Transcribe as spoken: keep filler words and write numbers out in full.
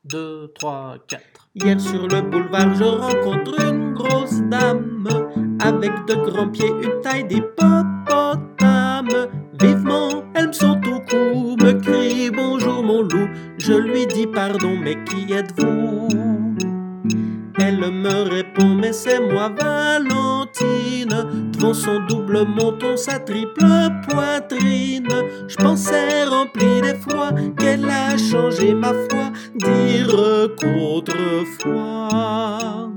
deux, trois, quatre. Hier sur le boulevard, je rencontre une grosse dame avec de grands pieds, une taille d'hippopotame. Vivement, elle me saute au cou, me crie bonjour mon loup. Je lui dis pardon, mais qui êtes-vous? Elle me répond, mais c'est moi Valentine. Devant son double menton, sa triple poitrine, je pensais rempli d'effroi qu'elle a changé ma foi, dire qu'autrefois